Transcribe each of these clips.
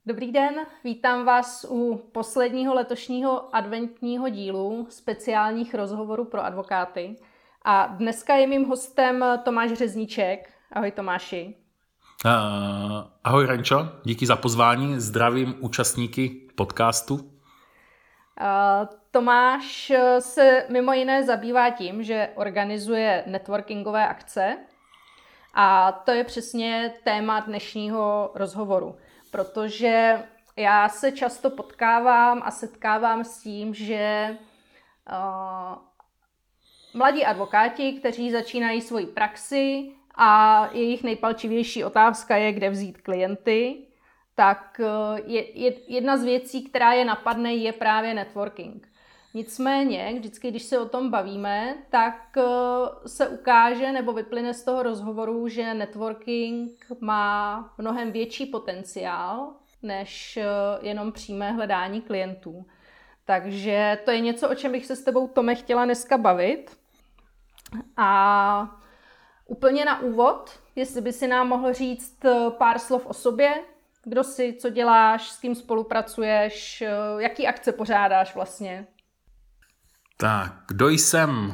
Dobrý den, vítám vás u posledního letošního adventního dílu speciálních rozhovorů pro advokáty. A dneska je mým hostem Tomáš Řezníček. Ahoj Tomáši. Ahoj Rančo, díky za pozvání, zdravím účastníky podcastu. Tomáš se mimo jiné zabývá tím, že organizuje networkingové akce a to je přesně téma dnešního rozhovoru. Protože já se často potkávám a setkávám s tím, že mladí advokáti, kteří začínají svoji praxi a jejich nejpalčivější otázka je, kde vzít klienty, tak jedna z věcí, která je napadne, je právě networking. Nicméně, vždycky, když se o tom bavíme, tak se ukáže nebo vyplyne z toho rozhovoru, že networking má mnohem větší potenciál než jenom přímé hledání klientů. Takže to je něco, o čem bych se s tebou, Tome, chtěla dneska bavit. A úplně na úvod, jestli by si nám mohl říct pár slov o sobě, kdo jsi, co děláš, s kým spolupracuješ, jaký akce pořádáš vlastně. Tak, kdo jsem?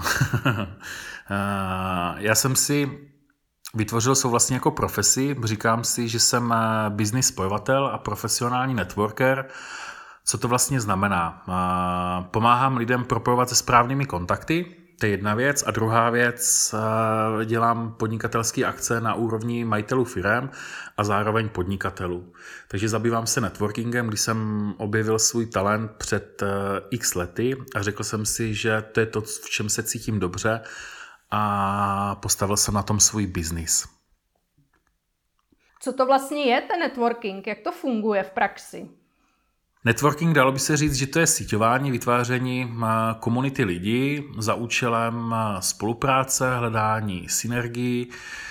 Já jsem si vytvořil svou vlastně jako profesi. Říkám si, že jsem business spojovatel a profesionální networker. Co to vlastně znamená? Pomáhám lidem propojovat se správnými kontakty, to je jedna věc. A druhá věc, dělám podnikatelské akce na úrovni majitelů firem a zároveň podnikatelů. Takže zabývám se networkingem, když jsem objevil svůj talent před x lety a řekl jsem si, že to je to, v čem se cítím dobře a postavil jsem na tom svůj biznis. Co to vlastně je ten networking? Jak to funguje v praxi? Networking, dalo by se říct, že to je síťování, vytváření komunity lidí za účelem spolupráce, hledání synergii,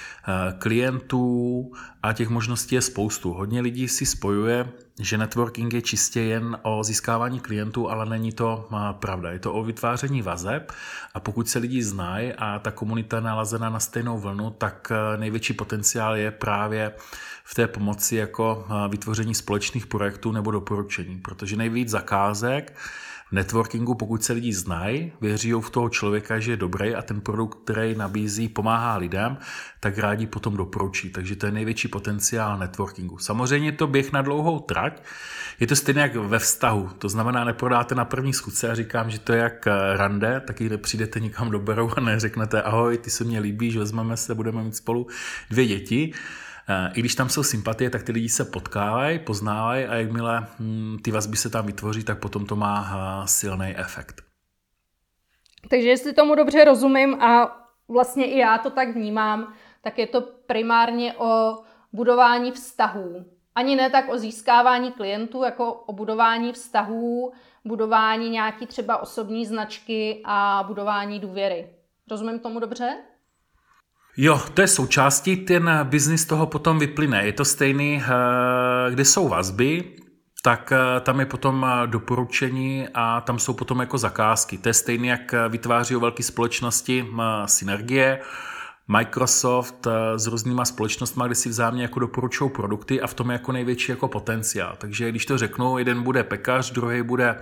klientů a těch možností je spoustu. Hodně lidí si spojuje, že networking je čistě jen o získávání klientů, ale není to pravda. Je to o vytváření vazeb a pokud se lidi znají a ta komunita je nalazena na stejnou vlnu, tak největší potenciál je právě v té pomoci jako vytvoření společných projektů nebo doporučení, protože nejvíc zakázek v networkingu, pokud se lidi znají, věří v toho člověka, že je dobrý a ten produkt, který nabízí, pomáhá lidem, tak rádi potom doporučí. Takže to je největší potenciál networkingu. Samozřejmě je to běh na dlouhou trať. Je to stejně jak ve vztahu. To znamená, neprodáte na první schůzce a říkám, že to je jak rande, taky nepřijdete nikam do baru a neřeknete ahoj, ty se mně líbíš, vezmeme se, budeme mít spolu 2 děti. I když tam jsou sympatie, tak ty lidi se potkávají, poznávají a jakmile ty vazby se tam vytvoří, tak potom to má silný efekt. Takže jestli tomu dobře rozumím a vlastně i já to tak vnímám, tak je to primárně o budování vztahů. Ani ne tak o získávání klientů, jako o budování vztahů, budování nějaký třeba osobní značky a budování důvěry. Rozumím tomu dobře? Jo, to je součástí, ten biznis toho potom vyplyne. Je to stejný, kde jsou vazby, tak tam je potom doporučení a tam jsou potom jako zakázky. To je stejný, jak vytváří velké společnosti synergie, Microsoft s různýma společnostmi, kde si vzájemně jako doporučují produkty a v tom je jako největší jako potenciál. Takže když to řeknu, jeden bude pekař, druhý bude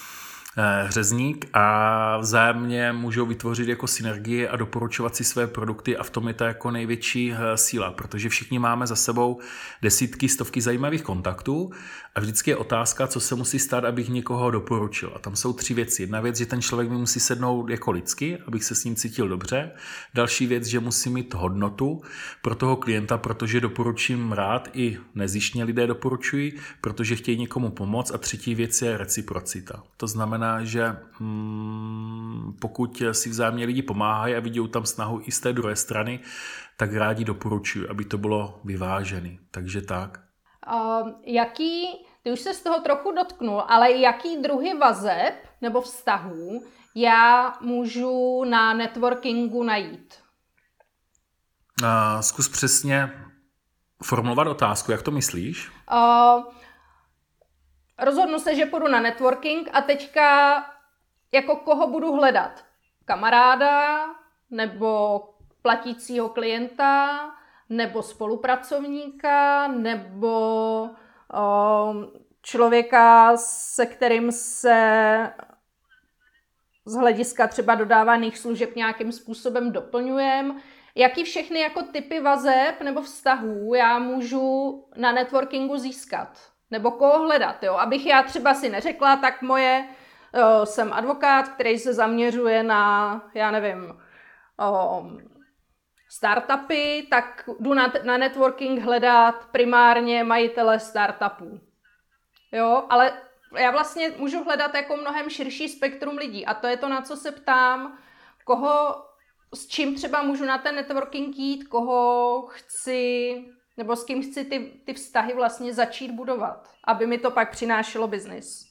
řezník a vzájemně můžou vytvořit jako synergie a doporučovat si své produkty a v tom je ta jako největší síla, protože všichni máme za sebou desítky, stovky zajímavých kontaktů a vždycky je otázka, co se musí stát, abych někoho doporučil. A tam jsou 3 věci. Jedna věc, že ten člověk mi musí sednout jako lidsky, abych se s ním cítil dobře. Další věc, že musí mít hodnotu pro toho klienta, protože doporučím rád, i nezištně lidé doporučují, protože chtějí někomu pomoct. A třetí věc je reciprocita. To znamená, že pokud si vzájemně lidi pomáhají a vidí tam snahu i z té druhé strany, tak rádi doporučuji, aby to bylo vyvážené. Takže tak. Ty už se z toho trochu dotknul, ale jaký druhy vazeb nebo vztahů já můžu na networkingu najít? Zkus přesně formulovat otázku, jak to myslíš? Rozhodnu se, že půjdu na networking a teďka jako koho budu hledat? Kamaráda nebo platícího klienta nebo spolupracovníka nebo člověka, se kterým se z hlediska třeba dodávaných služeb nějakým způsobem doplňujeme. Jaký všechny jako typy vazeb nebo vztahů já můžu na networkingu získat? Nebo koho hledat, jo? Abych já třeba si neřekla, tak jsem advokát, který se zaměřuje na, já nevím, startupy, tak jdu na networking hledat primárně majitele startupů. Jo, ale já vlastně můžu hledat jako mnohem širší spektrum lidí a to je to, na co se ptám, s čím třeba můžu na ten networking jít, koho chci, nebo s kým chci ty vztahy vlastně začít budovat, aby mi to pak přinášelo biznis.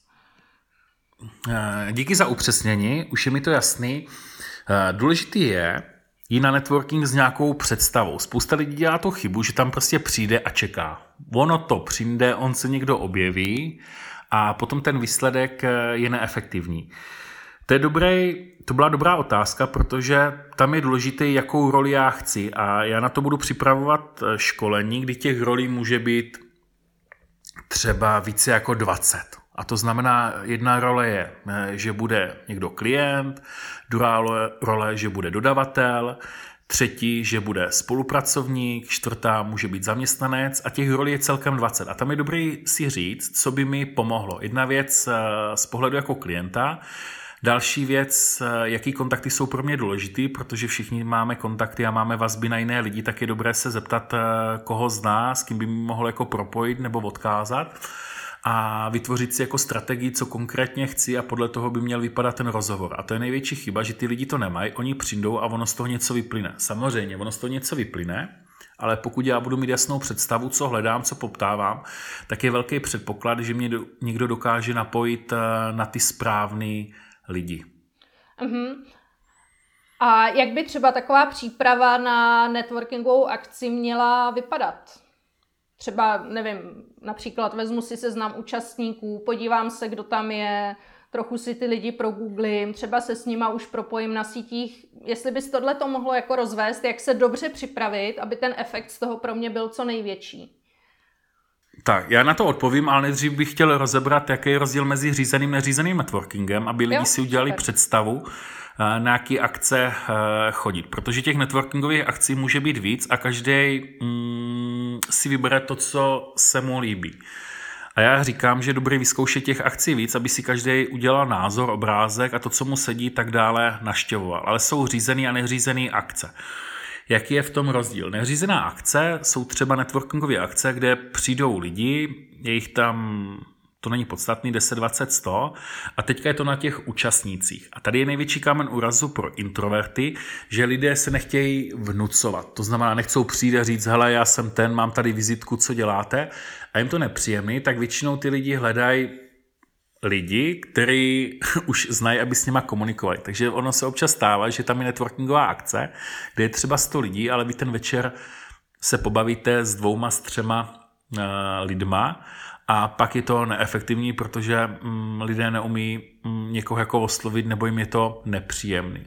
Díky za upřesnění, už je mi to jasný. Důležitý je jít na networking s nějakou představou. Spousta lidí dělá tu chybu, že tam prostě přijde a čeká. Ono to přijde, on se někdo objeví a potom ten výsledek je neefektivní. To byla dobrá otázka, protože tam je důležité, jakou roli já chci a já na to budu připravovat školení, kdy těch rolí může být třeba více jako 20. A to znamená, jedna role je, že bude někdo klient, druhá role, že bude dodavatel, třetí, že bude spolupracovník, čtvrtá může být zaměstnanec a těch rolí je celkem 20. A tam je dobrý si říct, co by mi pomohlo. Jedna věc z pohledu jako klienta, další věc, jaký kontakty jsou pro mě důležitý, protože všichni máme kontakty a máme vazby na jiné lidi, tak je dobré se zeptat, koho zná, s kým by mi mohl jako propojit nebo odkázat a vytvořit si jako strategii, co konkrétně chci a podle toho by měl vypadat ten rozhovor. A to je největší chyba, že ty lidi to nemají, oni přijdou a ono z toho něco vyplyne. Samozřejmě, ono z toho něco vyplyne, ale pokud já budu mít jasnou představu, co hledám, co poptávám, tak je velký předpoklad, že mě někdo dokáže napojit na ty správné lidi. Uh-huh. A jak by třeba taková příprava na networkingovou akci měla vypadat? Třeba, nevím, například vezmu si seznam účastníků, podívám se, kdo tam je, trochu si ty lidi progooglím, třeba se s nima už propojím na sítích. Jestli bys tohleto mohlo jako rozvést, jak se dobře připravit, aby ten efekt z toho pro mě byl co největší. Tak, já na to odpovím, ale nejdřív bych chtěl rozebrat, jaký je rozdíl mezi řízeným a neřízeným networkingem, aby lidi si udělali představu, na jaký akce chodit. Protože těch networkingových akcí může být víc a každý si vybere to, co se mu líbí. A já říkám, že je dobré vyzkoušet těch akcí víc, aby si každý udělal názor, obrázek a to, co mu sedí, tak dále naštěvoval. Ale jsou řízený a neřízený akce. Jaký je v tom rozdíl? Neřízená akce jsou třeba networkingové akce, kde přijdou lidi, je jich tam, to není podstatný, 10, 20, 100 a teďka je to na těch účastnících. A tady je největší kámen úrazu pro introverty, že lidé se nechtějí vnucovat. To znamená, nechcou přijít a říct, hele, já jsem ten, mám tady vizitku, co děláte? A jim to nepříjemný, tak většinou ty lidi hledají lidi, kteří už znají, aby s nima komunikovali. Takže ono se občas stává, že tam je networkingová akce, kde je třeba 100 lidí, ale vy ten večer se pobavíte s 2, s 3 lidma a pak je to neefektivní, protože lidé neumí někoho jako oslovit nebo jim je to nepříjemný.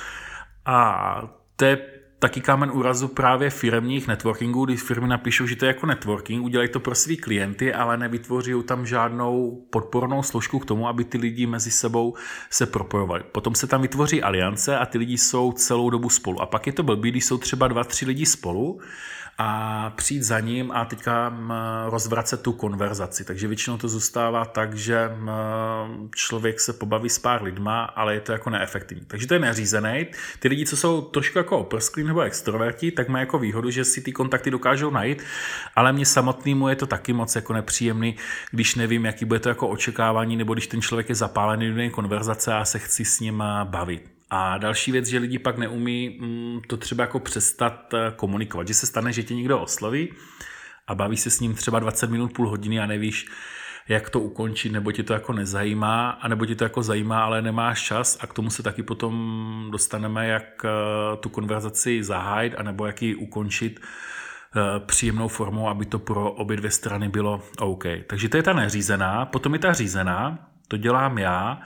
A to je taky kámen úrazu právě firemních networkingů, když firmy napíšou, že to je jako networking, udělají to pro svý klienty, ale nevytvoří tam žádnou podpornou složku k tomu, aby ty lidi mezi sebou se propojovali. Potom se tam vytvoří aliance a ty lidi jsou celou dobu spolu. A pak je to blbý, když jsou třeba 2-3 lidi spolu a přijít za ním a teďka rozvracet tu konverzaci. Takže většinou to zůstává tak, že člověk se pobaví s pár lidma, ale je to jako neefektivní. Takže to je neřízený. Ty lidi, co jsou trošku jako oprsklí nebo extroverti, tak mají jako výhodu, že si ty kontakty dokážou najít, ale mně samotnému je to taky moc jako nepříjemný, když nevím, jaký bude to jako očekávání, nebo když ten člověk je zapálený do konverzace a se chci s ním bavit. A další věc, že lidi pak neumí to třeba jako přestat komunikovat. Že se stane, že tě někdo osloví a baví se s ním třeba 20 minut, půl hodiny a nevíš, jak to ukončit, nebo tě to jako nezajímá, anebo tě to jako zajímá, ale nemáš čas a k tomu se taky potom dostaneme, jak tu konverzaci zahájit, anebo jak ji ukončit příjemnou formou, aby to pro obě dvě strany bylo OK. Takže to je ta neřízená, potom je ta řízená, to dělám já,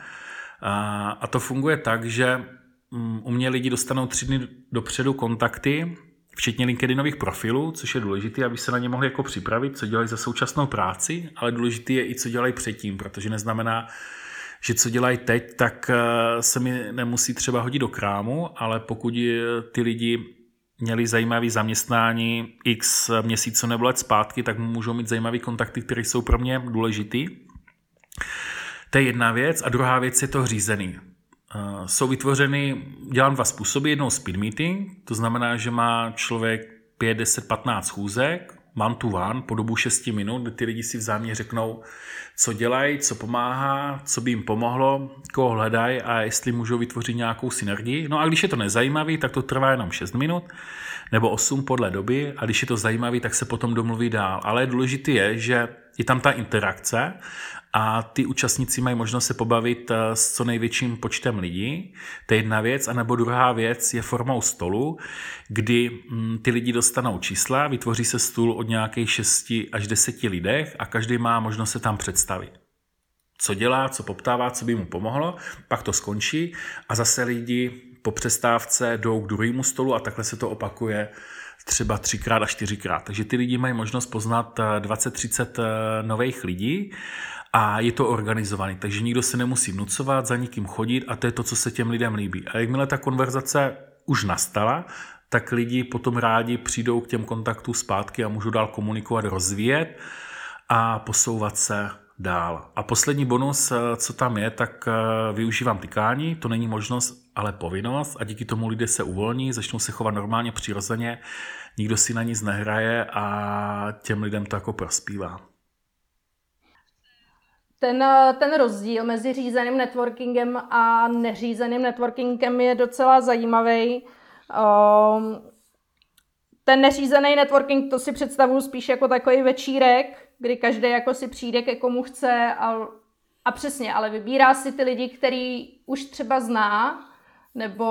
a to funguje tak, že u mě lidi dostanou 3 dny dopředu kontakty včetně LinkedInových profilů, což je důležité, aby se na ně mohli jako připravit, co dělají za současnou práci, ale důležité je i, co dělají předtím, protože neznamená, že co dělají teď, tak se mi nemusí třeba hodit do krámu, ale pokud ty lidi měli zajímavé zaměstnání x měsíců nebo let zpátky, tak můžou mít zajímavé kontakty, které jsou pro mě důležitý. To je jedna věc. A druhá věc je to řízený. Jsou vytvořeny, dělám 2 způsoby. Jednou speed meeting, to znamená, že má člověk 5, 10, 15 schůzek, one to one, po dobu 6 minut, kde ty lidi si vzájemně řeknou, co dělají, co pomáhá, co by jim pomohlo, koho hledají a jestli můžou vytvořit nějakou synergii. No a když je to nezajímavý, tak to trvá jenom 6 minut nebo 8 podle doby a když je to zajímavý, tak se potom domluví dál. Ale důležité je, že je tam ta interakce a ty účastníci mají možnost se pobavit s co největším počtem lidí. To je jedna věc. A nebo druhá věc je formou stolu, kdy ty lidi dostanou čísla, vytvoří se stůl od nějakých 6 až 10 lidech a každý má možnost se tam představit. Co dělá, co poptává, co by mu pomohlo, pak to skončí a zase lidi po přestávce jdou k druhému stolu a takhle se to opakuje třeba 3x a 4x. Takže ty lidi mají možnost poznat 20-30 nových lidí a je to organizovaný, takže nikdo se nemusí vnucovat, za nikým chodit a to je to, co se těm lidem líbí. A jakmile ta konverzace už nastala, tak lidi potom rádi přijdou k těm kontaktům zpátky a můžou dál komunikovat, rozvíjet a posouvat se dál. A poslední bonus, co tam je, tak využívám tykání, to není možnost, ale povinnost a díky tomu lidé se uvolní, začnou se chovat normálně, přirozeně, nikdo si na nic nehraje a těm lidem to jako prospívá. Ten rozdíl mezi řízeným networkingem a neřízeným networkingem je docela zajímavý. Ten neřízený networking, to si představuji spíš jako takový večírek, kdy každý jako si přijde ke komu chce a přesně, ale vybírá si ty lidi, který už třeba zná, nebo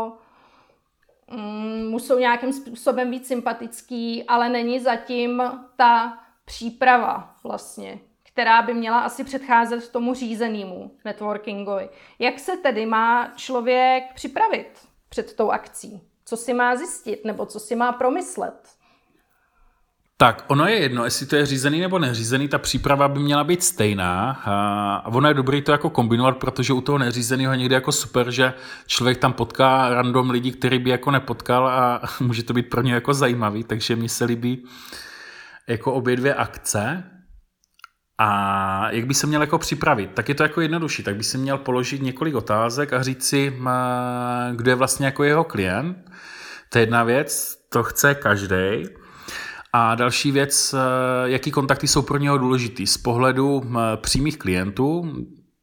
mu jsou nějakým způsobem víc sympatický, ale není zatím ta příprava vlastně, která by měla asi předcházet tomu řízenému networkingovi. Jak se tedy má člověk připravit před tou akcí? Co si má zjistit nebo co si má promyslet? Tak, ono je jedno, jestli to je řízený nebo neřízený, ta příprava by měla být stejná a ono je dobré to jako kombinovat, protože u toho neřízeného je někdy jako super, že člověk tam potká random lidi, který by jako nepotkal a může to být pro ně jako zajímavý, takže mně se líbí jako obě dvě akce. A jak by se měl jako připravit? Tak je to jako jednodušší, tak by si měl položit několik otázek a říct si, kdo je vlastně jako jeho klient. To je jedna věc, to chce každý. A další věc, jaký kontakty jsou pro něho důležitý z pohledu přímých klientů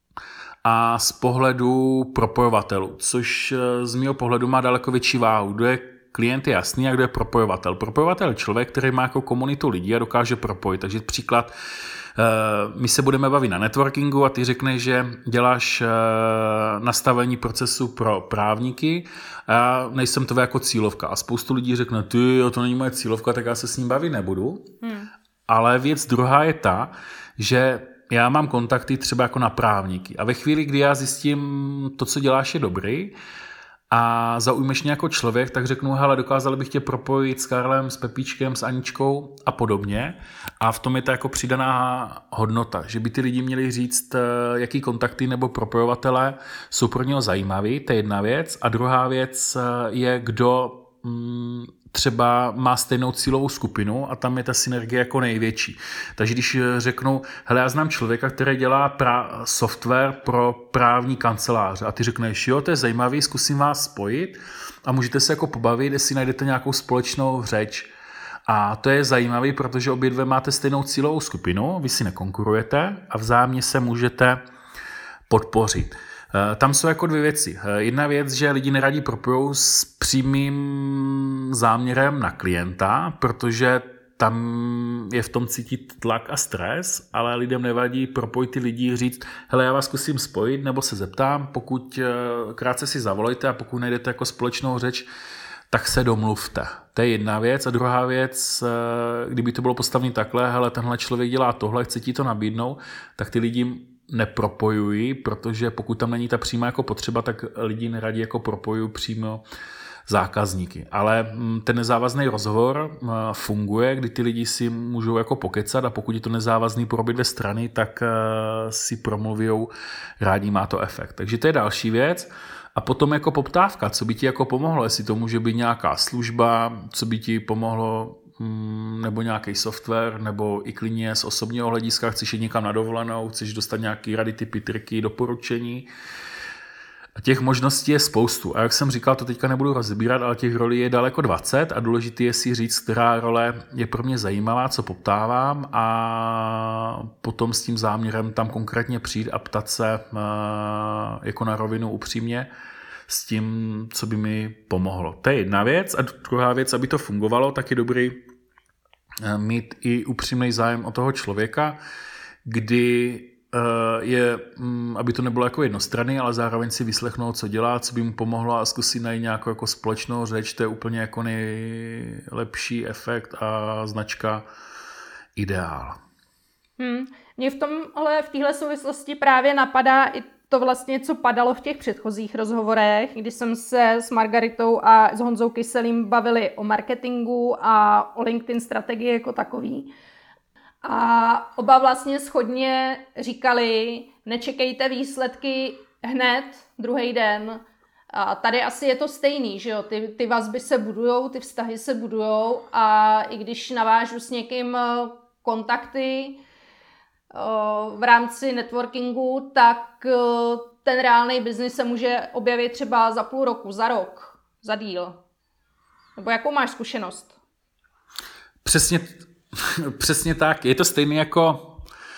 a z pohledu propojovatelů, což z mého pohledu má daleko větší váhu. Kdo je klient je jasný a kdo je propojovatel. Propojovatel je člověk, který má jako komunitu lidí a dokáže propojit. Takže příklad, my se budeme bavit na networkingu a ty řekneš, že děláš nastavení procesu pro právníky a nejsem to jako cílovka. A spoustu lidí řekne, to není moje cílovka, tak já se s ním bavit nebudu. Ale věc druhá je ta, že já mám kontakty třeba jako na právníky. A ve chvíli, kdy já zjistím to, co děláš, je dobrý, a zaujmeš mě jako člověk, tak řeknu, hele, dokázali bych tě propojit s Karlem, s Pepíčkem, s Aničkou a podobně. A v tom je ta jako přidaná hodnota, že by ty lidi měli říct, jaký kontakty nebo propojovatele jsou pro něho zajímavý, to je jedna věc. A druhá věc je, kdo třeba má stejnou cílovou skupinu a tam je ta synergie jako největší. Takže když řeknu, hele, já znám člověka, který dělá software pro právní kanceláře a ty řekneš, jo, to je zajímavý, zkusím vás spojit a můžete se jako pobavit, jestli najdete nějakou společnou řeč. A to je zajímavý, protože obě dvě máte stejnou cílovou skupinu, vy si nekonkurujete a vzájemně se můžete podpořit. Tam jsou jako dvě věci. Jedna věc, že lidi neradí propojou s přímým záměrem na klienta, protože tam je v tom cítit tlak a stres, ale lidem nevadí propojit ty lidi, říct, hele, já vás zkusím spojit, nebo se zeptám, pokud krátce si zavolejte a pokud najdete jako společnou řeč, tak se domluvte. To je jedna věc. A druhá věc, kdyby to bylo postavené takhle, hele, tenhle člověk dělá tohle, chce ti to nabídnout, tak ty lidi nepropojují, protože pokud tam není ta přímá jako potřeba, tak lidi neradí jako propojují přímo zákazníky. Ale ten nezávazný rozhovor funguje, kdy ty lidi si můžou jako pokecat a pokud je to nezávazný pro obě dvě strany, tak si promluvějou, rádi, má to efekt. Takže to je další věc. A potom jako poptávka, co by ti jako pomohlo, jestli to může být nějaká služba, co by ti pomohlo, nebo nějaký software, nebo i klidně z osobního hlediska, chceš jít někam na dovolenou, chceš dostat nějaké rady, tipy, triky, doporučení. A těch možností je spoustu. A jak jsem říkal, to teďka nebudu rozebírat, ale těch rolí je daleko 20 a důležité je si říct, která role je pro mě zajímavá, co poptávám a potom s tím záměrem tam konkrétně přijít a ptat se jako na rovinu upřímně s tím, co by mi pomohlo. To je jedna věc. A druhá věc, aby to fungovalo, tak je dobrý mít i upřímný zájem o toho člověka, kdy je, aby to nebylo jako jednostranný, ale zároveň si vyslechnout, co dělá, co by mu pomohlo a zkusit najít nějakou jako společnou řeč, to je úplně jako nejlepší efekt a značka ideál. Mě v téhle souvislosti právě napadá i to vlastně, co padalo v těch předchozích rozhovorech, kdy jsem se s Margaritou a s Honzou Kyselým bavili o marketingu a o LinkedIn strategii jako takový. A oba vlastně shodně říkali, nečekejte výsledky hned, druhý den. A tady asi je to stejný, že jo? Ty vazby se budujou, ty vztahy se budujou a i když navážu s někým kontakty v rámci networkingu, tak ten reálný biznis se může objevit třeba za půl roku, za rok, za díl. Nebo jakou máš zkušenost? Přesně tak. Je to stejný jako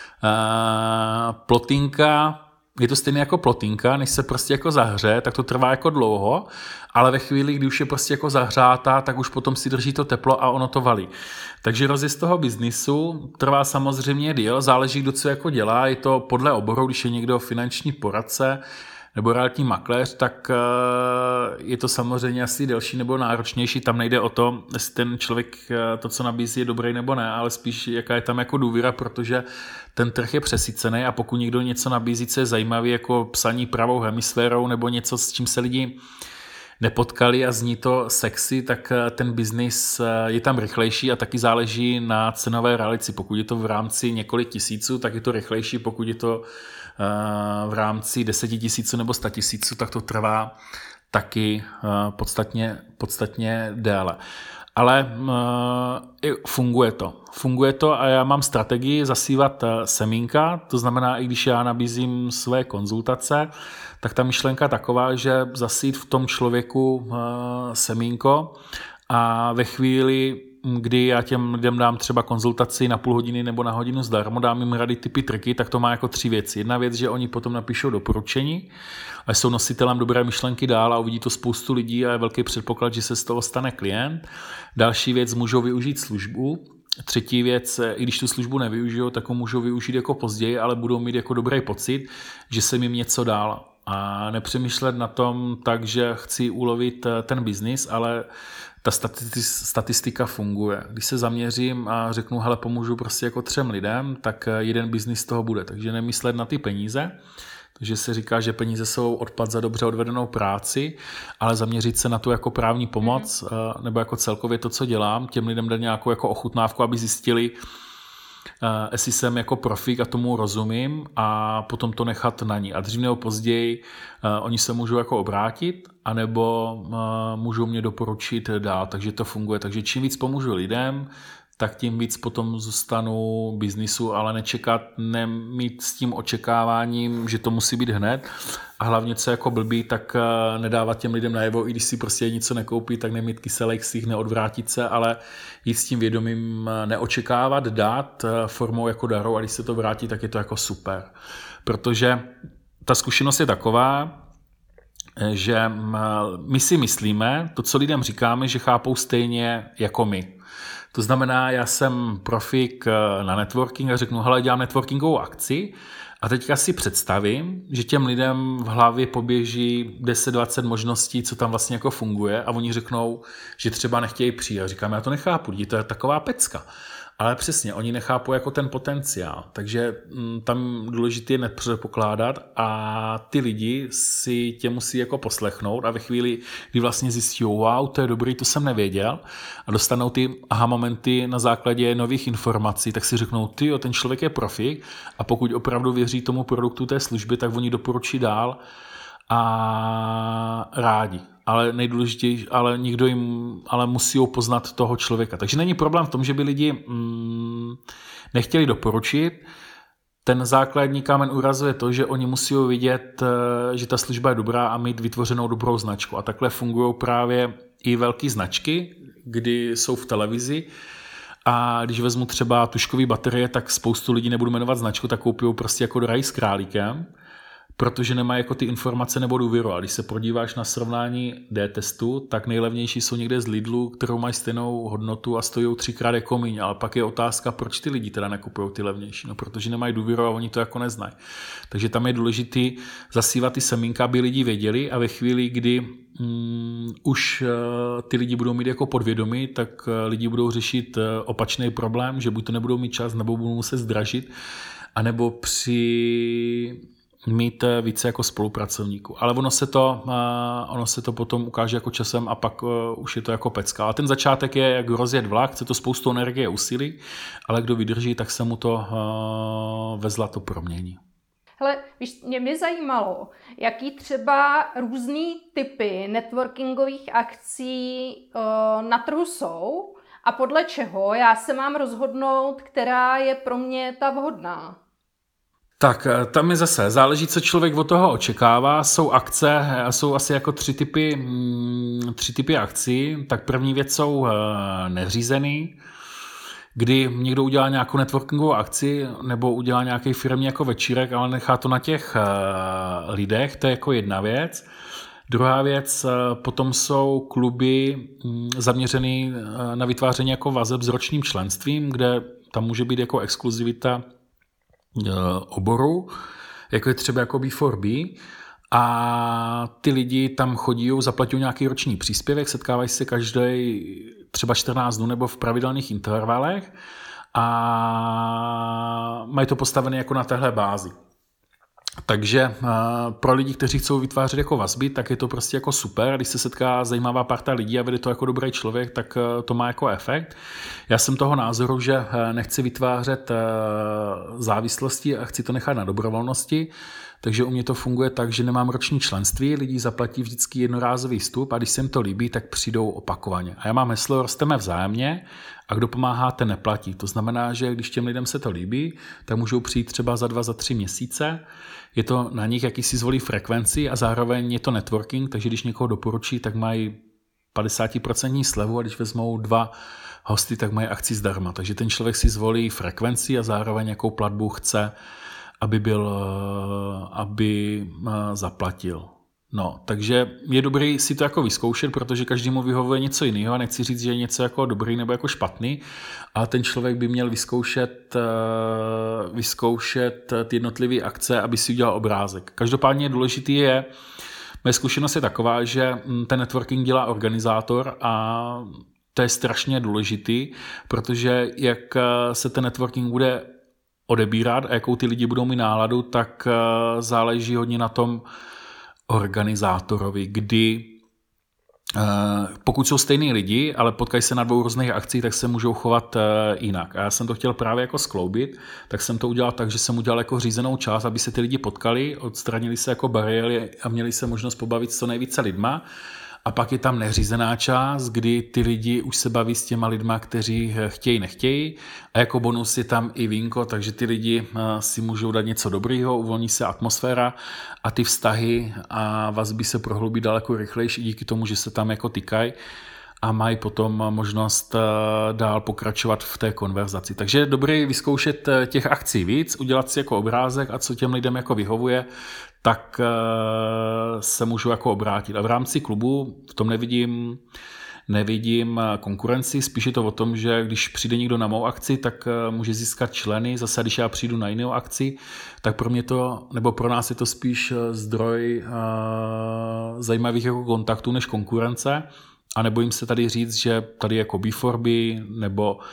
plotinka. Je to stejné jako plotinka, než se prostě jako zahře, tak to trvá jako dlouho, ale ve chvíli, kdy už je prostě jako zahřátá, tak už potom si drží to teplo a ono to valí. Takže rozjezd toho biznisu trvá samozřejmě díl, záleží, kdo co jako dělá, je to podle oboru, když je někdo finanční poradce nebo realitní makléř, tak je to samozřejmě asi delší nebo náročnější, tam nejde o to, jestli ten člověk to, co nabízí, je dobrý nebo ne, ale spíš jaká je tam jako důvěra, protože ten trh je přesycený a pokud někdo něco nabízí, co je zajímavý, jako psaní pravou hemisférou nebo něco, s čím se lidi nepotkali a zní to sexy, tak ten biznis je tam rychlejší a taky záleží na cenové realici. Pokud je to v rámci několik tisíců, tak je to rychlejší, pokud je to v rámci 10 000 nebo 100 000, tak to trvá taky podstatně déle. Ale funguje to a já mám strategii zasívat semínka, to znamená, i když já nabízím své konzultace, tak ta myšlenka taková, že zasít v tom člověku semínko a ve chvíli, kdy já těm lidem dám třeba konzultaci na půl hodiny nebo na hodinu zdarma, dám jim rady, tipy, triky, tak to má jako 3 věci. Jedna věc, že oni potom napíšou doporučení a jsou nositelem dobré myšlenky dál a uvidí to spoustu lidí a je velký předpoklad, že se z toho stane klient. Další věc, můžou využít službu. Třetí věc, i když tu službu nevyužijou, tak ho můžou využít jako později, ale budou mít jako dobrý pocit, že jsem jim něco dal. A nepřemýšlet na tom tak, že chci ulovit ten biznis, ale ta statistika funguje. Když se zaměřím a řeknu, hele, pomůžu prostě jako 3 lidem, tak jeden biznis z toho bude. Takže nemyslet na ty peníze, takže se říká, že peníze jsou odpad za dobře odvedenou práci, ale zaměřit se na tu jako právní pomoc, nebo jako celkově to, co dělám, těm lidem dát nějakou jako ochutnávku, aby zjistili, jestli jsem jako profík a tomu rozumím a potom to nechat na ní. A dřív nebo později oni se můžou jako obrátit, anebo můžou mě doporučit dál, takže to funguje. Takže čím víc pomůžu lidem, tak tím víc potom zůstanu biznisu, ale nečekat, nemít s tím očekáváním, že to musí být hned a hlavně, co jako blbý, tak nedávat těm lidem najevo, i když si prostě něco nekoupí, tak nemít kyselý ksich, neodvrátit se, ale jít s tím vědomím neočekávat, dát formou jako daru a když se to vrátí, tak je to jako super. Protože ta zkušenost je taková, že my si myslíme, to, co lidem říkáme, že chápou stejně jako my. To znamená, já jsem profík na networking a řeknu, hele, dělám networkingovou akci a teďka si představím, že těm lidem v hlavě poběží 10-20 možností, co tam vlastně jako funguje a oni řeknou, že třeba nechtějí přijít. A říkám, já to nechápu, to je taková pecka. Ale přesně, oni nechápou jako ten potenciál, takže tam důležité je nepředpokládat a ty lidi si tě musí jako poslechnout a ve chvíli, kdy vlastně zjistí, wow, to je dobrý, to jsem nevěděl a dostanou ty aha momenty na základě nových informací, tak si řeknou, tyjo, ten člověk je profík a pokud opravdu věří tomu produktu té služby, tak oni doporučí dál a rádi. Ale nejdůležitější, ale musí poznat toho člověka. Takže není problém v tom, že by lidi nechtěli doporučit. Ten základní kámen úrazu je to, že oni musí vidět, že ta služba je dobrá a mít vytvořenou dobrou značku. A takhle fungují právě i velké značky, kdy jsou v televizi. A když vezmu třeba tužkové baterie, tak spoustu lidí, nebudu jmenovat značku, tak koupí prostě jako do rají s králíkem, protože nemají jako ty informace nebo důvěru. A když se podíváš na srovnání D-testu, tak nejlevnější jsou někde z Lidlu, kterou mají stejnou hodnotu a stojí 3x jako míň. Ale pak je otázka, proč ty lidi teda nekupují ty levnější. No, protože nemají důvěru a oni to jako neznají. Takže tam je důležitý zasívat ty semínka, aby lidi věděli a ve chvíli, kdy už ty lidi budou mít jako podvědomí, tak lidi budou řešit opačný problém, že buď to nebudou mít čas, nebo budou muset zdražit, anebo mít více jako spolupracovníků. Ale ono se to potom ukáže jako časem a pak už je to jako pecka. A ten začátek je jak rozjet vlak, chce to spoustu energie a úsilí, ale kdo vydrží, tak se mu to ve zlato promění. Hele, víš, mě zajímalo, jaký třeba různý typy networkingových akcí na trhu jsou a podle čeho já se mám rozhodnout, která je pro mě ta vhodná. Tak tam je zase, záleží, co člověk od toho očekává. Jsou akce, jsou asi jako tři typy akcí. Tak první věc jsou neřízený, kdy někdo udělá nějakou networkingovou akci nebo udělá nějaký firmní jako večírek, ale nechá to na těch lidech, to je jako jedna věc. Druhá věc, potom jsou kluby zaměřený na vytváření jako vazeb s ročním členstvím, kde tam může být jako exkluzivita oboru, jako je třeba jako B4B a ty lidi tam chodí, zaplatí nějaký roční příspěvek, setkávají se každý třeba 14 dnů nebo v pravidelných intervalech a mají to postavené jako na téhle bázi. Takže pro lidi, kteří chcou vytvářet jako vazby, tak je to prostě jako super. Když se setká zajímavá parta lidí a vede to jako dobrý člověk, tak to má jako efekt. Já jsem toho názoru, že nechci vytvářet závislosti a chci to nechat na dobrovolnosti. Takže u mě to funguje tak, že nemám roční členství, lidi zaplatí vždycky jednorázový vstup a když se jim to líbí, tak přijdou opakovaně. A já mám heslo, rosteme vzájemně a kdo pomáhá, ten neplatí. To znamená, že když těm lidem se to líbí, tak můžou přijít třeba za 2, za 3 měsíce. Je to na nich, jaký si zvolí frekvenci a zároveň je to networking, takže když někoho doporučí, tak mají 50% slevu a když vezmou 2 hosty, tak mají akci zdarma. Takže ten člověk si zvolí frekvenci a zároveň jakou platbu chce, aby zaplatil. No, takže je dobrý si to jako vyzkoušet, protože každému vyhovuje něco jiného a nechci říct, že je něco jako dobrý nebo jako špatný, ale ten člověk by měl vyzkoušet ty jednotlivé akce, aby si udělal obrázek. Každopádně důležitý je, moje zkušenost je taková, že ten networking dělá organizátor a to je strašně důležitý, protože jak se ten networking bude odebírat a jakou ty lidi budou mít náladu, tak záleží hodně na tom organizátorovi, kdy pokud jsou stejný lidi, ale potkají se na 2 různých akcích, tak se můžou chovat jinak. A já jsem to chtěl právě jako skloubit, tak jsem to udělal tak, že jsem udělal jako řízenou část, aby se ty lidi potkali, odstranili se jako bariéry a měli se možnost pobavit s co nejvíce lidma. A pak je tam neřízená část, kdy ty lidi už se baví s těma lidma, kteří chtějí, nechtějí. A jako bonus je tam i vínko, takže ty lidi si můžou dát něco dobrýho, uvolní se atmosféra a ty vztahy a vazby se prohloubí daleko rychlejší díky tomu, že se tam jako tykají a mají potom možnost dál pokračovat v té konverzaci. Takže je dobré vyzkoušet těch akcí víc, udělat si jako obrázek a co těm lidem jako vyhovuje, tak se můžu jako obrátit. A v rámci klubu v tom nevidím konkurenci, spíš je to o tom, že když přijde někdo na mou akci, tak může získat členy, zase když já přijdu na jinou akci, tak pro mě to, nebo pro nás je to spíš zdroj zajímavých jako kontaktů než konkurence. A nebojím se tady říct, že tady jako B4B nebo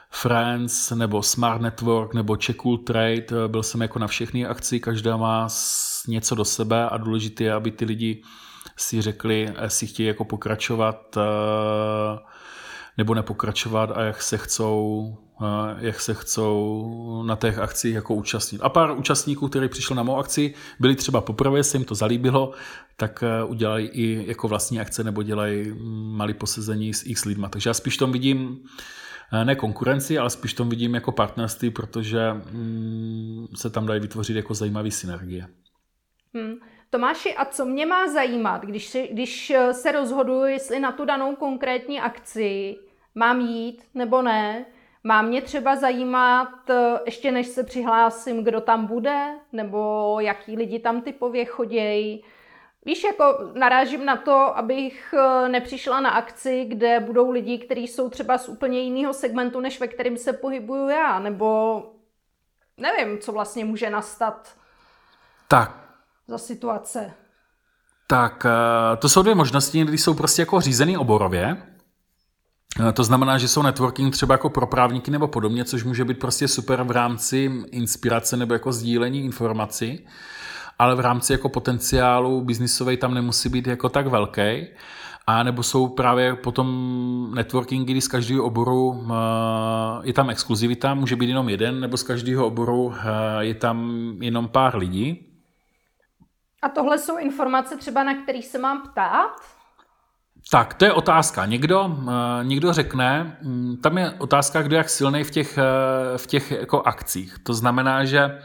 Friends, nebo Smart Network, nebo Czech Cool Trade. Byl jsem jako na všechny akci, každá má něco do sebe a důležité je, aby ty lidi si řekli, jestli chtějí jako pokračovat nebo nepokračovat a jak se chcou na těch akcích jako účastnit. A pár účastníků, kteří přišli na mou akci, byli třeba poprvé, se jim to zalíbilo, tak udělají i jako vlastní akce nebo dělají malé posezení s x lidma. Takže já spíš tom vidím ne konkurenci, ale spíš tom vidím jako partnerství, protože se tam dají vytvořit jako zajímavé synergie. Tomáši, a co mě má zajímat, když se rozhoduji, jestli na tu danou konkrétní akci mám jít nebo ne, má mě třeba zajímat, ještě než se přihlásím, kdo tam bude, nebo jaký lidi tam typově chodějí. Víš, jako narážím na to, abych nepřišla na akci, kde budou lidi, kteří jsou třeba z úplně jiného segmentu, než ve kterém se pohybuju já, nebo nevím, co vlastně může nastat za situace. Tak to jsou dvě možnosti, kdy jsou prostě jako řízený oborově. To znamená, že jsou networking třeba jako pro právníky nebo podobně, což může být prostě super v rámci inspirace nebo jako sdílení informací, ale v rámci jako potenciálu biznisovej tam nemusí být jako tak velký. A nebo jsou právě potom networkingy, kdy z každého oboru je tam exkluzivita, může být jenom jeden, nebo z každého oboru je tam jenom pár lidí. A tohle jsou informace třeba, na které se mám ptát? Tak, to je otázka. Někdo řekne, tam je otázka, kdo je jak silný v těch jako akcích. To znamená, že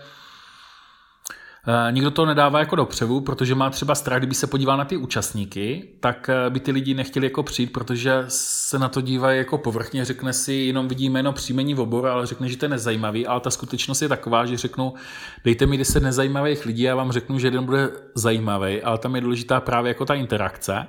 nikdo to nedává jako dopředu, protože má třeba strach, kdyby se podíval na ty účastníky, tak by ty lidi nechtěli jako přijít, protože se na to dívají jako povrchně, řekne si, jenom vidí jméno příjmení v oboru, ale řekne, že to je nezajímavý, ale ta skutečnost je taková, že řeknu, dejte mi 10 nezajímavých lidí, já vám řeknu, že jeden bude zajímavý, ale tam je důležitá právě jako ta interakce.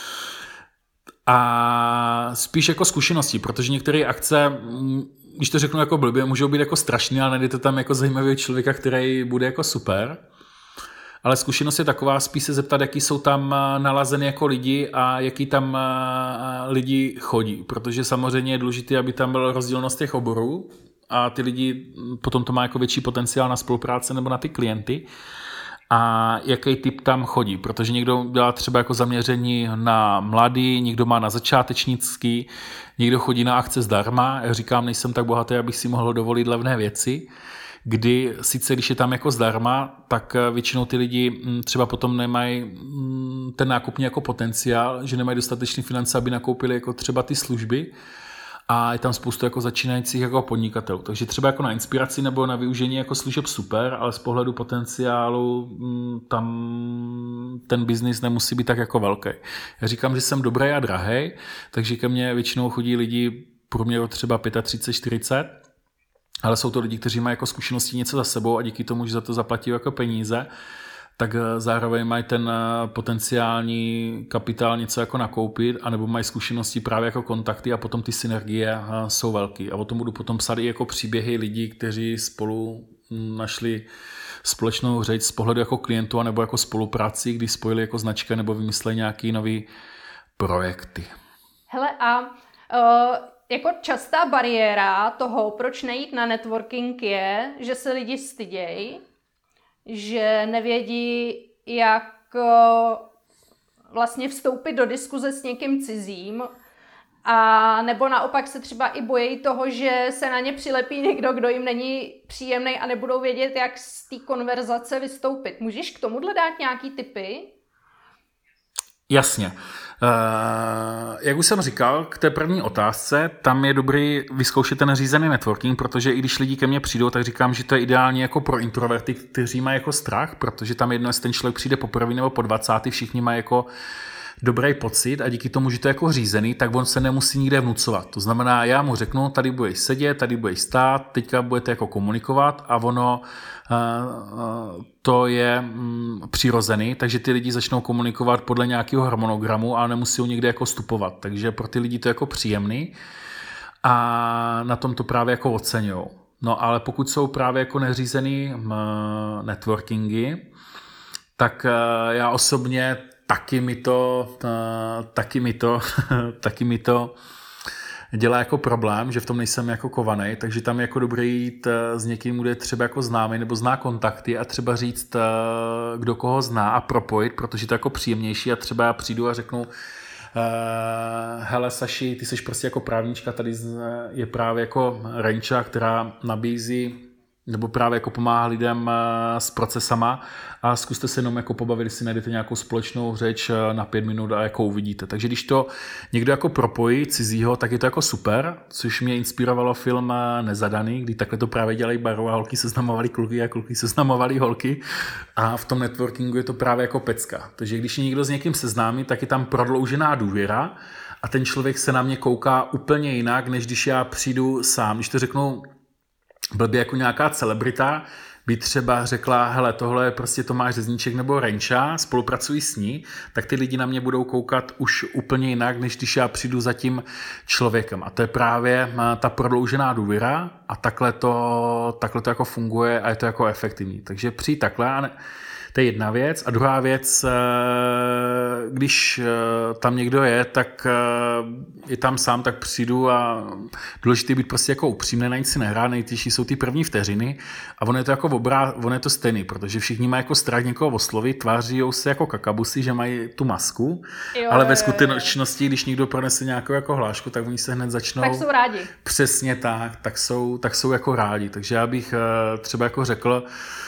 A spíš jako zkušenosti, protože některé akce, když to řeknu jako blbě, můžou být jako strašný, ale najdete tam jako zajímavého člověka, který bude jako super. Ale zkušenost je taková, spíš se zeptat, jaký jsou tam nalazeny jako lidi a jaký tam lidi chodí. Protože samozřejmě je důležité, aby tam byla rozdílnost těch oborů a ty lidi, potom to má jako větší potenciál na spolupráce nebo na ty klienty. A jaký typ tam chodí, protože někdo dělá třeba jako zaměření na mladý, někdo má na začátečnický, někdo chodí na akce zdarma. Já říkám, nejsem tak bohatý, abych si mohl dovolit levné věci, kdy sice když je tam jako zdarma, tak většinou ty lidi třeba potom nemají ten nákupní jako potenciál, že nemají dostatečné finance, aby nakoupili jako třeba ty služby. A je tam spoustu jako začínajících jako podnikatelů. Takže třeba jako na inspiraci nebo na využení jako služeb super, ale z pohledu potenciálu tam ten biznis nemusí být tak jako velký. Já říkám, že jsem dobrý a drahej, takže ke mně většinou chodí lidi průměru třeba 35, 40, ale jsou to lidi, kteří mají jako zkušenosti něco za sebou a díky tomu, že za to zaplatí jako peníze, tak zároveň mají ten potenciální kapitál něco jako nakoupit, anebo mají zkušenosti právě jako kontakty a potom ty synergie jsou velký. A o tom budu potom psát i jako příběhy lidí, kteří spolu našli společnou řeč z pohledu jako klientů nebo jako spolupráci, kdy spojili jako značky nebo vymysleli nějaký nový projekty. Hele a jako častá bariéra toho, proč nejít na networking je, že se lidi stydějí, že nevědí, jak vlastně vstoupit do diskuze s někým cizím, a nebo naopak se třeba i bojí toho, že se na ně přilepí někdo, kdo jim není příjemný a nebudou vědět, jak z té konverzace vystoupit. Můžeš k tomuhle dát nějaký tipy? Jasně. Jak už jsem říkal, k té první otázce, tam je dobrý vyzkoušet ten řízený networking, protože i když lidi ke mně přijdou, tak říkám, že to je ideálně jako pro introverty, kteří mají jako strach, protože tam jedno, jestli ten člověk přijde poprvé nebo po 20, všichni mají jako dobrý pocit a díky tomu, že to je jako řízený, tak on se nemusí nikde vnucovat. To znamená, já mu řeknu, tady budeš sedět, tady budeš stát, teďka budete jako komunikovat a ono to je přirozený, takže ty lidi začnou komunikovat podle nějakého harmonogramu a nemusí někde jako vstupovat. Takže pro ty lidi to je jako příjemný a na tom to právě jako oceňují. No ale pokud jsou právě jako neřízený networkingy, tak já osobně taky mi to dělá jako problém, že v tom nejsem jako kovaný, takže tam je jako dobré jít s někým, kde třeba jako známý nebo zná kontakty a třeba říct, kdo koho zná a propojit, protože to je jako příjemnější a třeba já přijdu a řeknu, hele Saši, ty jsi prostě jako právnička, tady je právě jako Renča, která nabízí nebo právě jako pomáhá lidem s procesama a zkuste se jenom jako pobavit, jestli najdete nějakou společnou řeč na 5 minut a jako uvidíte. Takže když to někdo jako propojí cizího, tak je to jako super, což mě inspirovalo film Nezadaný, kdy takhle to právě dělají baru a holky seznamovali kluky a kluky seznamovali holky a v tom networkingu je to právě jako pecka. Takže když je někdo s někým seznámí, tak je tam prodloužená důvěra a ten člověk se na mě kouká úplně jinak, než když já přijdu sám. Když to řeknu blbě jako nějaká celebrita, by třeba řekla, hele, tohle je prostě Tomáš Řezníček nebo Renča, spolupracují s ní, tak ty lidi na mě budou koukat už úplně jinak, než když já přijdu za tím člověkem. A to je právě ta prodloužená důvěra a takhle to jako funguje a je to jako efektivní. Takže přijít takhle a to je jedna věc. A druhá věc, když tam někdo je, tak je tam sám, tak přijdu a důležité být prostě jako upřímný, na nic si nehrát, nejtěžší jsou ty první vteřiny a ono je to jako ono je to stejný, protože všichni mají jako strach někoho oslovit, tváří se jako kakabusy, že mají tu masku, ale ve skutečnosti, když někdo pronese nějakou jako hlášku, tak oni se hned začnou. Tak jsou rádi. Přesně tak jsou jako rádi. Takže já bych třeba jako řekl,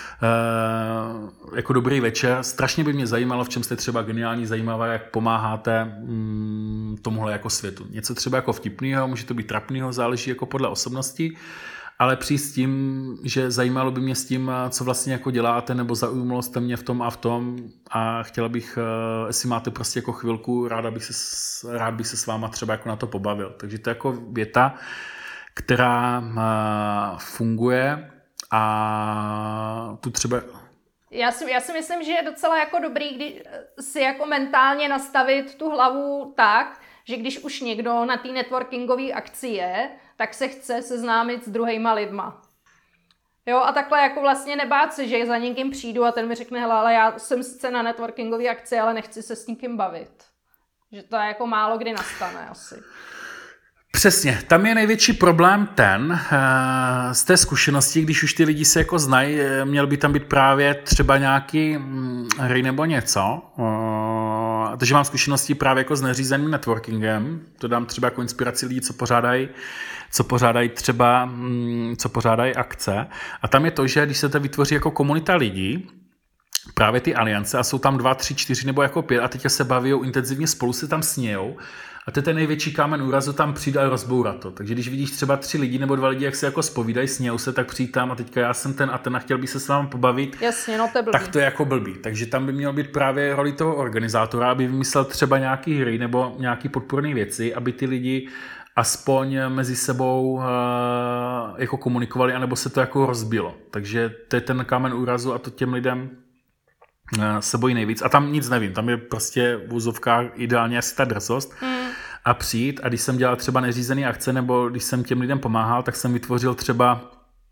jako dobrý večer. Strašně by mě zajímalo, v čem jste třeba geniální, zajímavá, jak pomáháte tomuhle jako světu. Něco třeba jako vtipného, může to být trapného, záleží jako podle osobnosti, ale přijít s tím, že zajímalo by mě s tím, co vlastně jako děláte, nebo zaujmulo jste mě v tom a chtěla bych, jestli máte prostě jako chvilku, rád bych se s váma třeba jako na to pobavil. Takže to je jako věta, která funguje. A tu třeba... Já si myslím, že je docela jako dobrý, když si jako mentálně nastavit tu hlavu tak, že když už někdo na té networkingové akci je, tak se chce seznámit s druhejma lidma. Jo, a takhle jako vlastně nebát se, že za někým přijdu a ten mi řekne, hele, ale já jsem sice na networkingové akci, ale nechci se s nikým bavit. Že to je jako málo kdy nastane asi. Přesně, tam je největší problém ten, z té zkušenosti, když už ty lidi se jako znají, měl by tam být právě třeba nějaký hry nebo něco, takže mám zkušenosti právě jako s neřízeným networkingem, to dám třeba jako inspiraci lidí, co pořádají akce a tam je to, že když se to vytvoří jako komunita lidí, právě ty aliance a jsou tam 2, 3, 4 nebo jako 5 a teďka se baví intenzivně spolu, se tam smějou. A to je ten největší kámen úrazu, tam přijde a rozbourat to. Takže když vidíš třeba 3 lidi nebo 2 lidi, jak se jako zpovídají, smějou se, tak přijď tam a teďka já jsem ten a chtěl by se s vámi pobavit. Jasně, no to je blbý. Tak to je jako blbý. Takže tam by mělo být právě roli toho organizátora, aby vymyslel třeba nějaký hry nebo nějaký podporné věci, aby ty lidi aspoň mezi sebou jako komunikovali, anebo se to jako rozbilo. Takže to je ten kámen úrazu a to těm lidem se bojí nejvíc. A tam nic nevím, tam je prostě v úzovkách ideálně asi ta drzost a přijít. A když jsem dělal třeba neřízený akce, nebo když jsem těm lidem pomáhal, tak jsem vytvořil třeba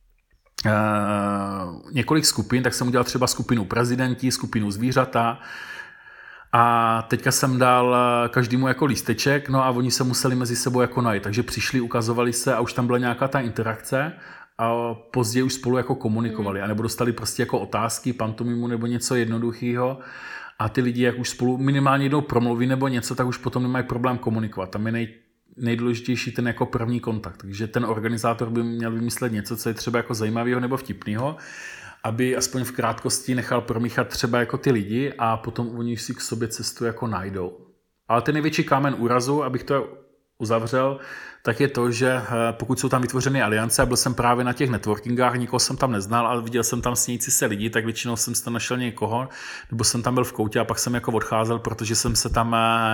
několik skupin, tak jsem udělal třeba skupinu prezidenti, skupinu zvířata a teďka jsem dal každému jako lísteček, no a oni se museli mezi sebou jako najít. Takže přišli, ukazovali se a už tam byla nějaká ta interakce a později už spolu jako komunikovali, anebo dostali prostě jako otázky, pantomimu nebo něco jednoduchého a ty lidi, jak už spolu minimálně jednou promluví nebo něco, tak už potom nemají problém komunikovat. Tam je nejdůležitější ten jako první kontakt. Takže ten organizátor by měl vymyslet něco, co je třeba jako zajímavého nebo vtipného, aby aspoň v krátkosti nechal promíchat třeba jako ty lidi a potom oni si k sobě cestu jako najdou. Ale ten největší kámen úrazu, abych to uzavřel, tak je to, že pokud jsou tam vytvořeny aliance a byl jsem právě na těch networkingách, nikoho jsem tam neznal, ale viděl jsem tam smějící se lidi, tak většinou jsem si tam našel někoho, nebo jsem tam byl v koutě a pak jsem jako odcházel, protože jsem se tam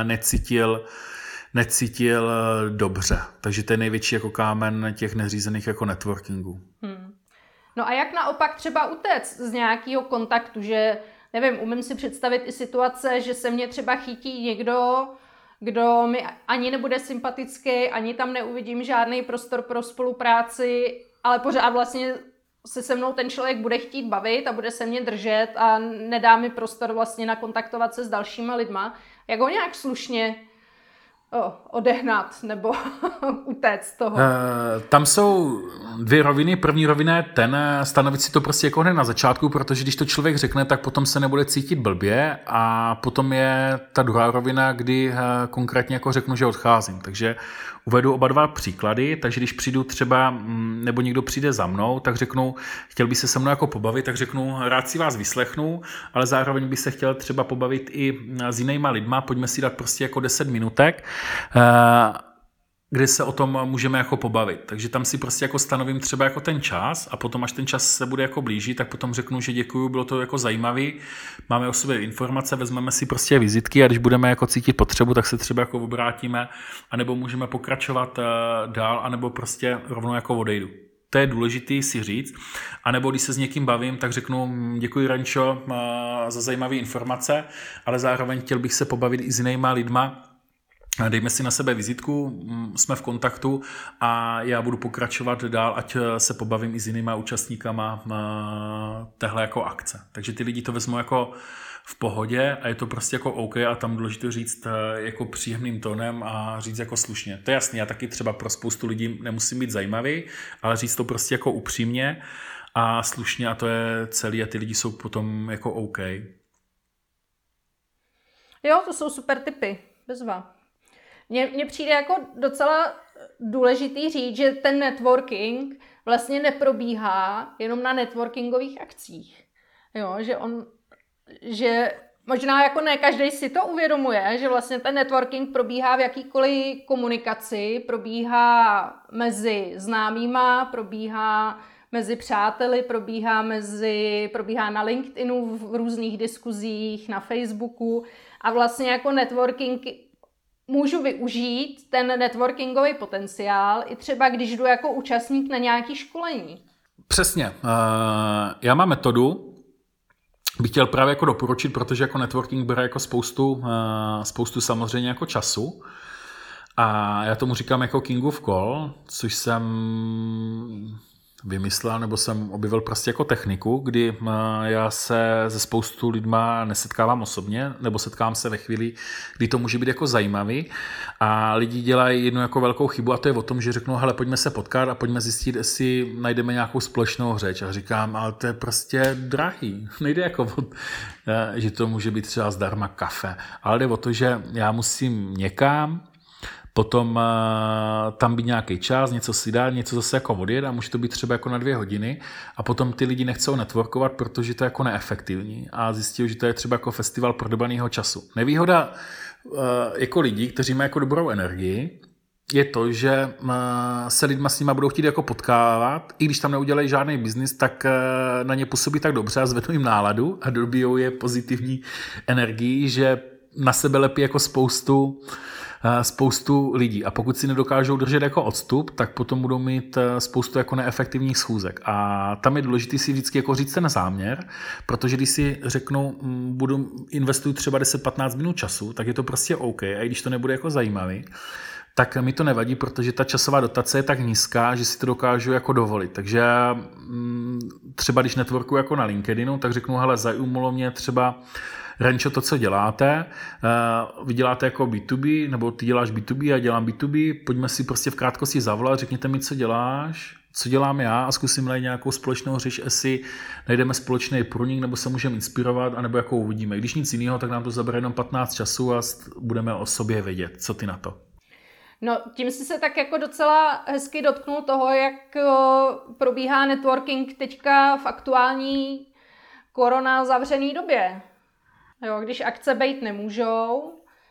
necítil dobře. Takže to je největší jako kámen těch neřízených jako networkingů. No a jak naopak třeba utéct z nějakého kontaktu, že nevím, umím si představit i situace, že se mě třeba chytí někdo, kdo mi ani nebude sympatický, ani tam neuvidím žádný prostor pro spolupráci, ale pořád vlastně se mnou ten člověk bude chtít bavit a bude se mě držet a nedá mi prostor vlastně nakontaktovat se s dalšíma lidma. Jak ho nějak slušně odehnat nebo utéct z toho? Tam jsou dvě roviny. První rovina je stanovit si to prostě jako hned na začátku, protože když to člověk řekne, tak potom se nebude cítit blbě a potom je ta druhá rovina, kdy konkrétně jako řeknu, že odcházím. Takže uvedu oba dva příklady, takže když přijdu třeba, nebo někdo přijde za mnou, tak řeknu, chtěl by se mnou jako pobavit, tak řeknu, rád si vás vyslechnu, ale zároveň by se chtěl třeba pobavit i s jinýma lidma, pojďme si dát prostě jako 10 minutek, kde se o tom můžeme jako pobavit. Takže tam si prostě jako stanovím třeba jako ten čas a potom, až ten čas se bude jako blížit, tak potom řeknu, že děkuju, bylo to jako zajímavý, máme o sobě informace, vezmeme si prostě vizitky a když budeme jako cítit potřebu, tak se třeba jako obrátíme, anebo můžeme pokračovat dál, anebo prostě rovnou jako odejdu. To je důležitý si říct. A nebo když se s někým bavím, tak řeknu děkuji Rančo za zajímavé informace, ale zároveň chtěl bych se pobavit i s jinýma lidma. Dejme si na sebe vizitku, jsme v kontaktu a já budu pokračovat dál, ať se pobavím i s jinýma účastníkama téhle jako akce. Takže ty lidi to vezmou jako v pohodě a je to prostě jako OK a tam důležité říct jako příjemným tónem a říct jako slušně. To je jasný, já taky třeba pro spoustu lidí nemusím být zajímavý, ale říct to prostě jako upřímně a slušně a to je celý a ty lidi jsou potom jako OK. Jo, to jsou super tipy, bezva. Mně přijde jako docela důležitý říct, že ten networking vlastně neprobíhá jenom na networkingových akcích. Jo, že možná jako ne každý si to uvědomuje, že vlastně ten networking probíhá v jakýkoliv komunikaci, probíhá mezi známýma, probíhá mezi přáteli, probíhá na LinkedInu v různých diskuzích, na Facebooku a vlastně jako networking můžu využít ten networkingový potenciál i třeba, když jdu jako účastník na nějaké školení. Přesně. Já mám metodu, bych chtěl právě jako doporučit, protože jako networking bere jako spoustu samozřejmě jako času. A já tomu říkám jako King of Call, což jsem vymyslel, nebo jsem objevil prostě jako techniku, kdy já se se spoustu lidma nesetkávám osobně, nebo setkám se ve chvíli, kdy to může být jako zajímavý a lidi dělají jednu jako velkou chybu a to je o tom, že řeknou, hele, pojďme se potkat a pojďme zjistit, jestli najdeme nějakou společnou řeč a říkám, ale to je prostě drahý, nejde jako že to může být třeba zdarma kafe, ale jde o to, že já musím někam, potom tam být nějaký čas, něco si dát, něco zase jako odjet a může to být třeba jako na 2 hodiny a potom ty lidi nechcou networkovat, protože to je jako neefektivní a zjistí, že to je třeba jako festival prodobaného času. Nevýhoda jako lidí, kteří mají jako dobrou energii, je to, že se lidma s nima budou chtít jako potkávat, i když tam neudělají žádný biznis, tak na ně působí tak dobře a zvednou jim náladu a dobijou je pozitivní energii, že na sebe lepí jako spoustu lidí a pokud si nedokážou držet jako odstup, tak potom budou mít spoustu jako neefektivních schůzek a tam je důležité si vždycky jako říct ten záměr, protože když si řeknu, investuju třeba 10-15 minut času, tak je to prostě OK a i když to nebude jako zajímavý, tak mi to nevadí, protože ta časová dotace je tak nízká, že si to dokážu jako dovolit. Takže třeba když networkuju jako na LinkedInu, tak řeknu, hele, zajímalo mě třeba Rančo, to, co děláte, vy děláte jako B2B, nebo ty děláš B2B, já dělám B2B, pojďme si prostě v krátkosti zavolat, řekněte mi, co děláš, co dělám já a zkusím najít nějakou společnou řeč, jestli najdeme společný průnik, nebo se můžeme inspirovat, anebo jako uvidíme. Když nic jiného, tak nám to zabere jenom 15 času a budeme o sobě vědět. Co ty na to? No, tím jsi se tak jako docela hezky dotknul toho, jak probíhá networking teďka v aktuální korona zavřený době. Jo, když akce být nemůžou,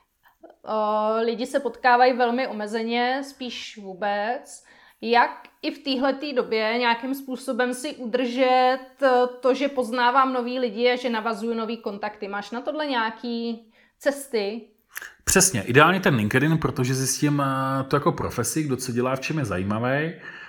lidi se potkávají velmi omezeně, spíš vůbec. Jak i v téhleté době nějakým způsobem si udržet to, že poznávám nový lidi a že navazuju nový kontakty? Máš na tohle nějaký cesty? Přesně, ideálně ten LinkedIn, protože zjistím to jako profesi, kdo co dělá, v čem je zajímavý.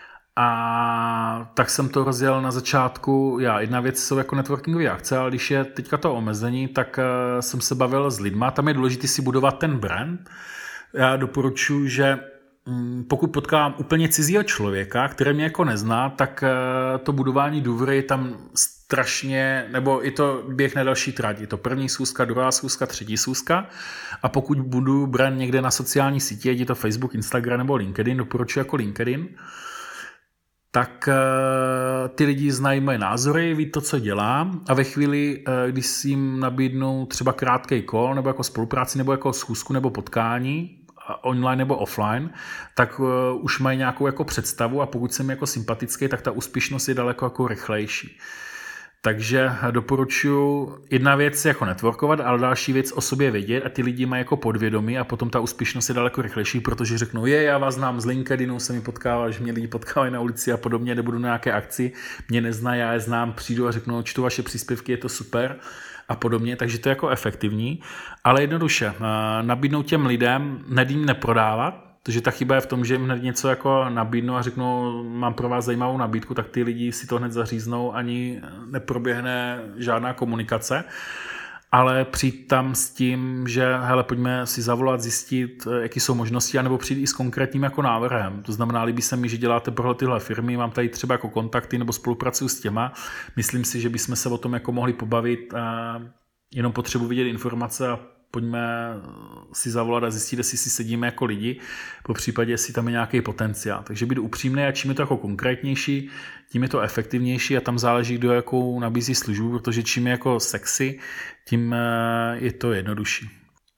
A tak jsem to rozjel na začátku. Jedna věc jsou jako networkingové akce, ale když je teďka to omezení, tak jsem se bavil s lidma. Tam je důležité si budovat ten brand. Já doporučuji, že pokud potkám úplně cizího člověka, který mě jako nezná, tak to budování důvěry je tam strašně, nebo je to běh na další trať. Je to první schůzka, druhá schůzka, třetí schůzka. A pokud budu brát někde na sociální sítě, je to Facebook, Instagram nebo LinkedIn, doporučuji jako LinkedIn, tak ty lidi znají moje názory, ví to, co dělám a ve chvíli, když si jim nabídnou třeba krátký call nebo jako spolupráci nebo jako schůzku nebo potkání, online nebo offline, tak už mají nějakou jako představu a pokud jsem jako sympatický, tak ta úspěšnost je daleko jako rychlejší. Takže doporučuji, jedna věc je jako networkovat, ale další věc o sobě vědět a ty lidi mají jako podvědomí a potom ta úspěšnost je daleko rychlejší, protože řeknou, já vás znám z LinkedInu, se mi potkával, že mě lidi potkávají na ulici a podobně, nebudu na nějaké akci, mě neznají, já je znám, přijdu a řeknu, čtu vaše příspěvky, je to super a podobně, takže to je jako efektivní, ale jednoduše, nabídnout těm lidem, jim neprodávat, protože ta chyba je v tom, že jim hned něco jako nabídnu a řeknu, mám pro vás zajímavou nabídku, tak ty lidi si to hned zaříznou, ani neproběhne žádná komunikace, ale přijít tam s tím, že hele, pojďme si zavolat, zjistit, jaký jsou možnosti, anebo přijít i s konkrétním jako návrhem. To znamená, líbí se mi, že děláte pro tyhle firmy, mám tady třeba jako kontakty nebo spolupracuju s těma. Myslím si, že bychom se o tom jako mohli pobavit a jenom potřebuji vidět informace a pojďme si zavolat a zjistit, jestli si sedíme jako lidi, po případě, jestli tam je nějaký potenciál. Takže být upřímný a čím je to jako konkrétnější, tím je to efektivnější a tam záleží, kdo jakou nabízí službu, protože čím je jako sexy, tím je to jednodušší.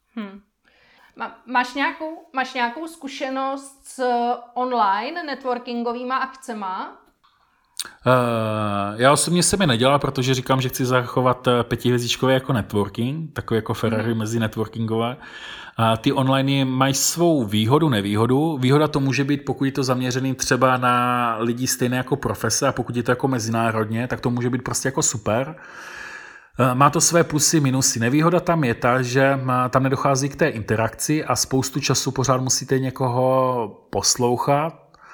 Máš nějakou zkušenost s online networkingovýma akcema? Já osobně jsem je nedělal, protože říkám, že chci zachovat 5hvězdičkové jako networking, takový jako Ferrari mezi networkingové. A ty online mají svou výhodu, nevýhodu. Výhoda to může být, pokud je to zaměřený třeba na lidi stejné jako profese a pokud je to jako mezinárodně, tak to může být prostě jako super. Má to své plusy, minusy. Nevýhoda tam je ta, že tam nedochází k té interakci a spoustu času pořád musíte někoho poslouchat.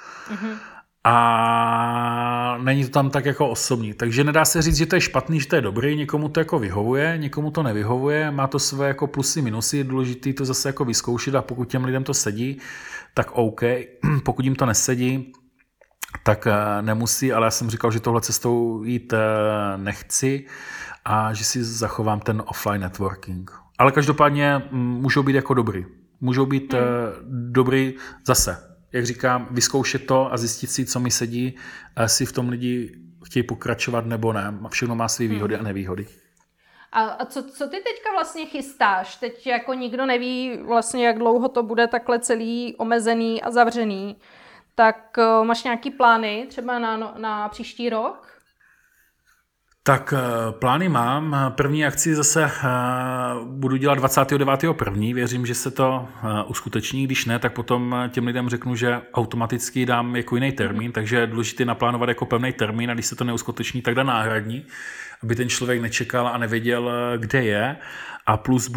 A není to tam tak jako osobní. Takže nedá se říct, že to je špatný, že to je dobrý, někomu to jako vyhovuje, někomu to nevyhovuje, má to své jako plusy, minusy, je důležité to zase jako vyzkoušet a pokud těm lidem to sedí, tak OK. Pokud jim to nesedí, tak nemusí, ale já jsem říkal, že tohle cestou jít nechci a že si zachovám ten offline networking. Ale každopádně můžou být jako dobrý. Můžou být dobrý zase. Jak říkám, vyzkoušet to a zjistit si, co mi sedí, a jestli v tom lidi chtějí pokračovat nebo ne. Všechno má své výhody a nevýhody. A co ty teďka vlastně chystáš? Teď jako nikdo neví vlastně, jak dlouho to bude takhle celý omezený a zavřený. Tak máš nějaký plány třeba na příští rok? Tak plány mám. První akci zase budu dělat 29.1. Věřím, že se to uskuteční. Když ne, tak potom těm lidem řeknu, že automaticky dám jako jiný termín, takže je důležité naplánovat jako pevný termín a když se to neuskuteční, tak dá náhradní, aby ten člověk nečekal a nevěděl, kde je. A plus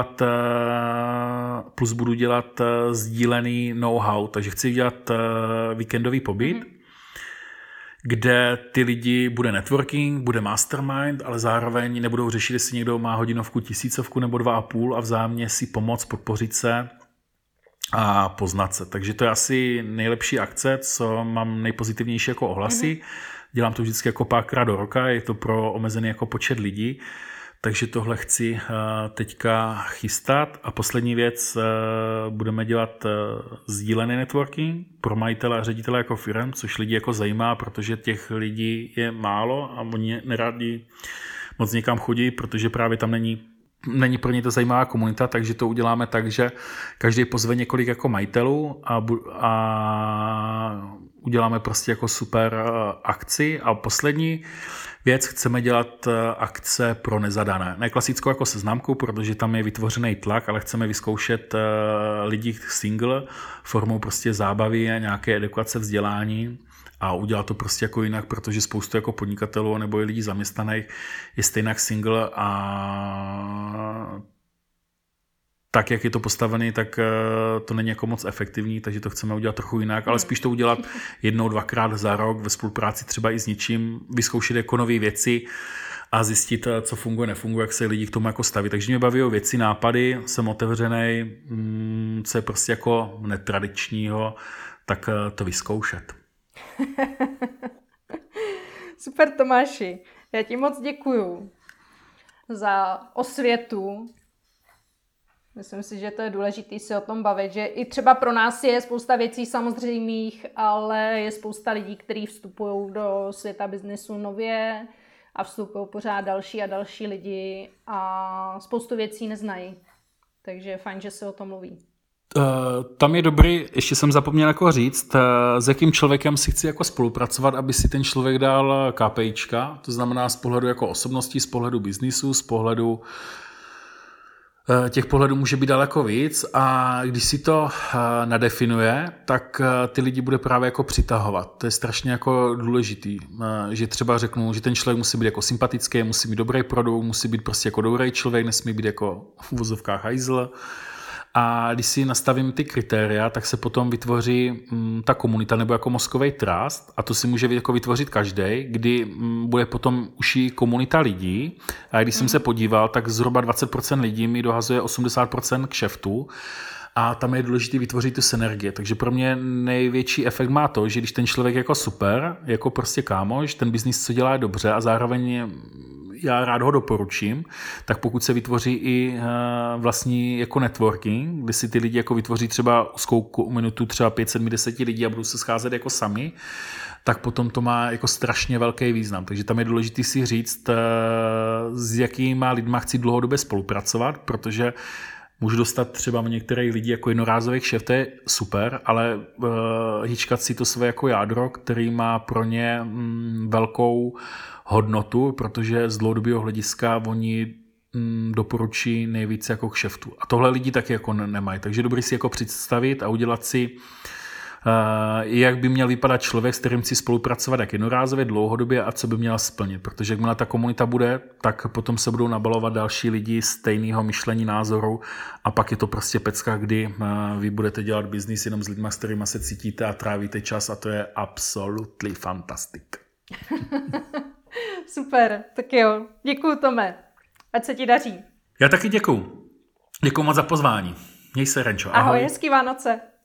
budu dělat sdílený know-how, takže chci dělat víkendový pobyt, kde ty lidi bude networking, bude mastermind, ale zároveň nebudou řešit, jestli někdo má hodinovku, 1000 nebo 2,5 a vzájemně si pomoct, podpořit se a poznat se. Takže to je asi nejlepší akce, co mám nejpozitivnější jako ohlasy. Dělám to vždycky jako párkrát do roka, je to pro omezený jako počet lidí. Takže tohle chci teďka chystat. A poslední věc, budeme dělat sdílený networking pro majitele a ředitele jako firm, což lidi jako zajímá, protože těch lidí je málo a oni nerádi moc někam chodí, protože právě tam není pro ně to zajímavá komunita, takže to uděláme tak, že každý pozve několik jako majitelů a uděláme prostě jako super akci. A poslední věc, chceme dělat akce pro nezadané. Ne klasickou jako seznamku, protože tam je vytvořený tlak, ale chceme vyzkoušet lidi single formou prostě zábavy a nějaké edukace, vzdělání a udělat to prostě jako jinak, protože spoustu jako podnikatelů nebo i lidí zaměstnaných je stejně single a tak, jak je to postavený, tak to není jako moc efektivní, takže to chceme udělat trochu jinak, ale spíš to udělat 1-2krát za rok ve spolupráci třeba i s něčím, vyzkoušet jako nové věci a zjistit, co funguje, nefunguje, jak se lidi k tomu jako staví. Takže mě baví o věci, nápady, jsem otevřený, co je prostě jako netradičního, tak to vyzkoušet. Super, Tomáši. Já ti moc děkuju za osvětu. Myslím si, že to je důležité si o tom bavit, že i třeba pro nás je spousta věcí samozřejmých, ale je spousta lidí, kteří vstupují do světa biznesu nově a vstupují pořád další a další lidi a spoustu věcí neznají. Takže je fajn, že se o tom mluví. Tam je dobrý, ještě jsem zapomněl jako říct, s jakým člověkem si chci jako spolupracovat, aby si ten člověk dal KPIčka, to znamená z pohledu jako osobností, z pohledu biznisu, z pohledu těch pohledů může být daleko víc a když si to nadefinuje, tak ty lidi bude právě jako přitahovat. To je strašně jako důležitý, že třeba řeknu, že ten člověk musí být jako sympatický, musí mít dobrý produkt, musí být prostě jako dobrý člověk, nesmí být jako v uvozovkách hajzl. A když si nastavím ty kritéria, tak se potom vytvoří ta komunita nebo jako mozkový trust a to si může jako vytvořit každý, kdy bude potom užší komunita lidí a když jsem se podíval, tak zhruba 20% lidí mi dohazuje 80% kšeftů a tam je důležité vytvořit tu synergie. Takže pro mě největší efekt má to, že když ten člověk jako super, jako prostě kámoš, ten biznis, co dělá dobře a zároveň já rád ho doporučím, tak pokud se vytvoří i vlastní jako networking, kde si ty lidi jako vytvoří třeba úzkou komunitu třeba 510 lidí a budou se scházet jako sami, tak potom to má jako strašně velký význam. Takže tam je důležité si říct, s jakýma lidma chci dlouhodobě spolupracovat, protože můžu dostat třeba některé lidi jako jednorázových šéf, to je super, ale hýčkat si to své jako jádro, který má pro ně velkou hodnotu, protože z dlouhodobého hlediska oni doporučí nejvíce jako kšeftu. A tohle lidi taky jako nemají. Takže dobrý si jako představit a udělat si, jak by měl vypadat člověk, s kterým si spolupracovat jak jednorázově, dlouhodobě a co by měla splnit. Protože jakmile ta komunita bude, tak potom se budou nabalovat další lidi stejného myšlení, názoru a pak je to prostě pecka, kdy vy budete dělat biznis jenom s lidmi, s kterými se cítíte a trávíte čas a to je absolutely fantastic. Super, tak jo. Děkuju, Tome. Ať se ti daří. Já taky děkuju. Děkuju moc za pozvání. Měj se, Renčo. Ahoj, hezký Vánoce.